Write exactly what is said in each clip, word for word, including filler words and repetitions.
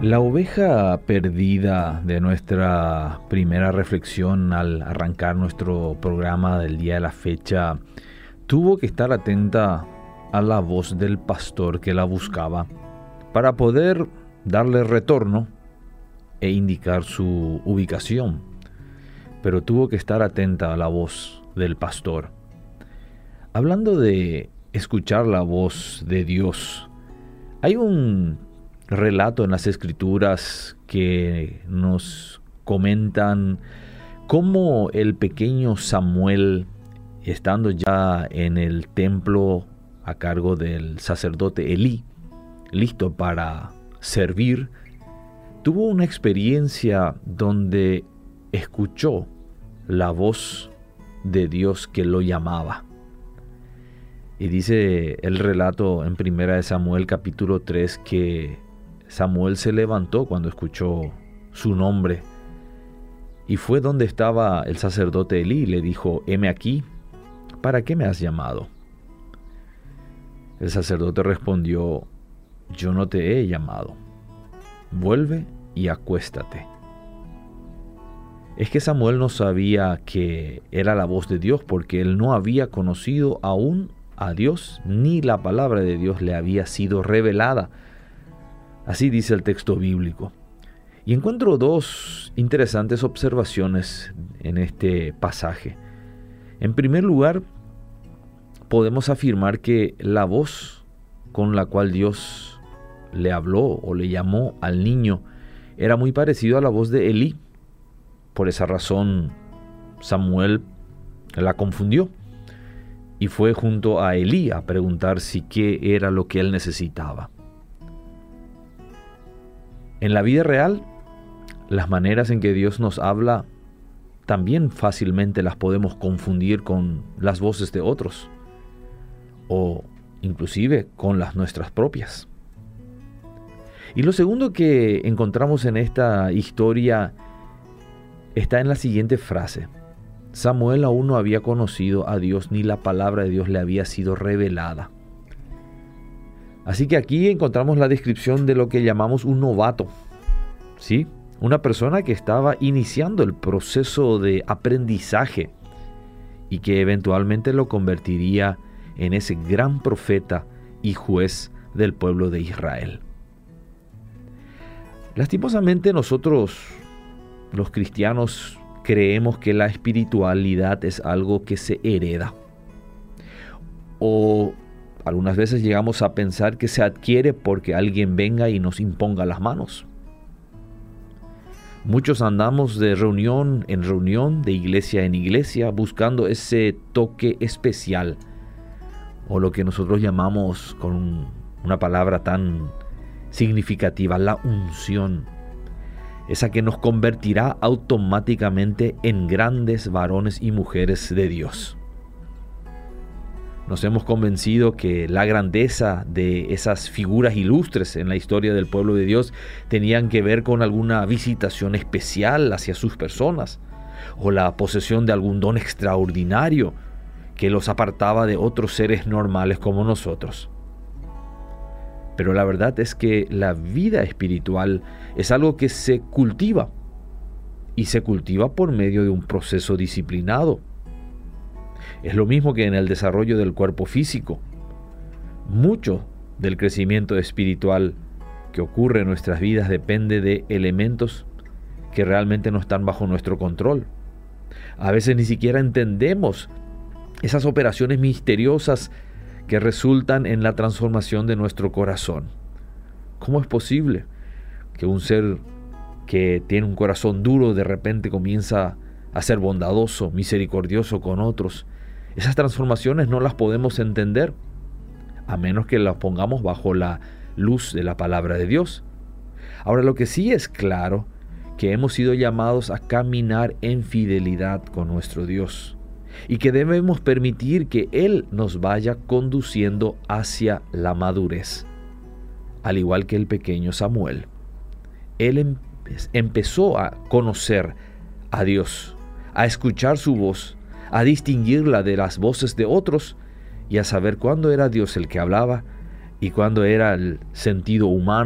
La oveja perdida de nuestra primera reflexión al arrancar nuestro programa del día de la fecha tuvo que estar atenta a la voz del pastor que la buscaba para poder darle retorno e indicar su ubicación. Pero tuvo que estar atenta a la voz del pastor. Hablando de escuchar la voz de Dios, hay un relato en las Escrituras que nos comentan cómo el pequeño Samuel, estando ya en el templo a cargo del sacerdote Elí, listo para servir, tuvo una experiencia donde escuchó la voz de Dios que lo llamaba. Y dice el relato en Primera de Samuel capítulo tres que Samuel se levantó cuando escuchó su nombre y fue donde estaba el sacerdote Elí y le dijo: heme aquí, ¿para qué me has llamado? El sacerdote respondió: yo no te he llamado, vuelve y acuéstate. Es que Samuel no sabía que era la voz de Dios porque él no había conocido aún a Dios, ni la palabra de Dios le había sido revelada. Así dice el texto bíblico. Y encuentro dos interesantes observaciones en este pasaje. En primer lugar, podemos afirmar que la voz con la cual Dios le habló o le llamó al niño era muy parecido a la voz de Elí. Por esa razón, Samuel la confundió y fue junto a Elí a preguntar si qué era lo que él necesitaba. En la vida real, las maneras en que Dios nos habla también fácilmente las podemos confundir con las voces de otros o inclusive con las nuestras propias. Y lo segundo que encontramos en esta historia está en la siguiente frase: Samuel aún no había conocido a Dios ni la palabra de Dios le había sido revelada. Así que aquí encontramos la descripción de lo que llamamos un novato, ¿sí? Una persona que estaba iniciando el proceso de aprendizaje y que eventualmente lo convertiría en ese gran profeta y juez del pueblo de Israel. Lastimosamente nosotros, los cristianos, creemos que la espiritualidad es algo que se hereda. O algunas veces llegamos a pensar que se adquiere porque alguien venga y nos imponga las manos. Muchos andamos de reunión en reunión, de iglesia en iglesia, buscando ese toque especial, o lo que nosotros llamamos con una palabra tan significativa, la unción, esa que nos convertirá automáticamente en grandes varones y mujeres de Dios. Nos hemos convencido que la grandeza de esas figuras ilustres en la historia del pueblo de Dios tenían que ver con alguna visitación especial hacia sus personas, o la posesión de algún don extraordinario que los apartaba de otros seres normales como nosotros. Pero la verdad es que la vida espiritual es algo que se cultiva, y se cultiva por medio de un proceso disciplinado. Es lo mismo que en el desarrollo del cuerpo físico. Mucho del crecimiento espiritual que ocurre en nuestras vidas depende de elementos que realmente no están bajo nuestro control. A veces ni siquiera entendemos esas operaciones misteriosas que resultan en la transformación de nuestro corazón. ¿Cómo es posible que un ser que tiene un corazón duro de repente comienza a ser bondadoso, misericordioso con otros? Esas transformaciones no las podemos entender a menos que las pongamos bajo la luz de la palabra de Dios. Ahora, lo que sí es claro, que hemos sido llamados a caminar en fidelidad con nuestro Dios y que debemos permitir que Él nos vaya conduciendo hacia la madurez. Al igual que el pequeño Samuel, Él em- empezó a conocer a Dios, a escuchar su voz, a distinguirla de las voces de otros y a saber cuándo era Dios el que hablaba y cuándo era el sentido humano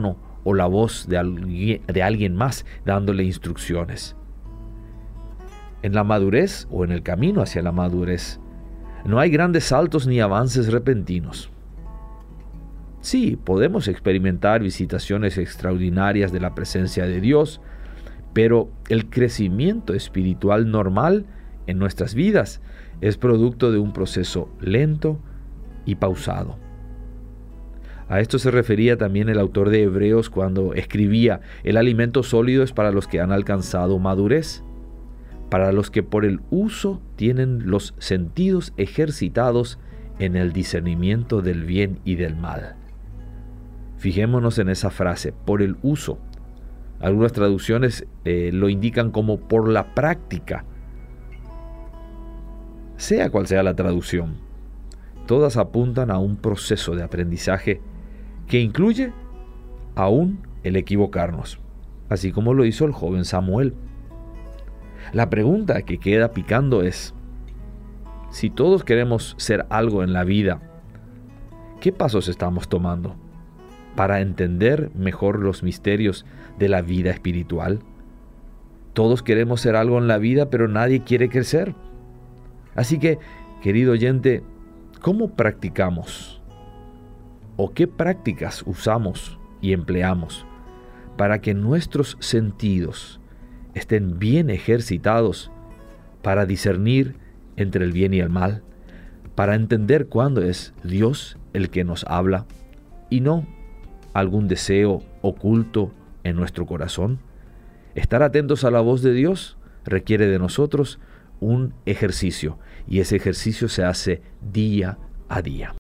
o la voz de alguien, de alguien más dándole instrucciones. En la madurez o en el camino hacia la madurez, no hay grandes saltos ni avances repentinos. Sí, podemos experimentar visitaciones extraordinarias de la presencia de Dios, pero el crecimiento espiritual normal en nuestras vidas es producto de un proceso lento y pausado. A esto se refería también el autor de Hebreos cuando escribía: el alimento sólido es para los que han alcanzado madurez, para los que por el uso tienen los sentidos ejercitados en el discernimiento del bien y del mal. Fijémonos en esa frase, por el uso. Algunas traducciones eh, lo indican como por la práctica. Sea cual sea la traducción, todas apuntan a un proceso de aprendizaje que incluye aún el equivocarnos, así como lo hizo el joven Samuel. La pregunta que queda picando es: si todos queremos ser algo en la vida, ¿qué pasos estamos tomando para entender mejor los misterios de la vida espiritual? Todos queremos ser algo en la vida, pero nadie quiere crecer. Así que, querido oyente, ¿cómo practicamos? ¿O qué prácticas usamos y empleamos para que nuestros sentidos estén bien ejercitados para discernir entre el bien y el mal, para entender cuándo es Dios el que nos habla y no algún deseo oculto en nuestro corazón? Estar atentos a la voz de Dios requiere de nosotros un ejercicio, y ese ejercicio se hace día a día.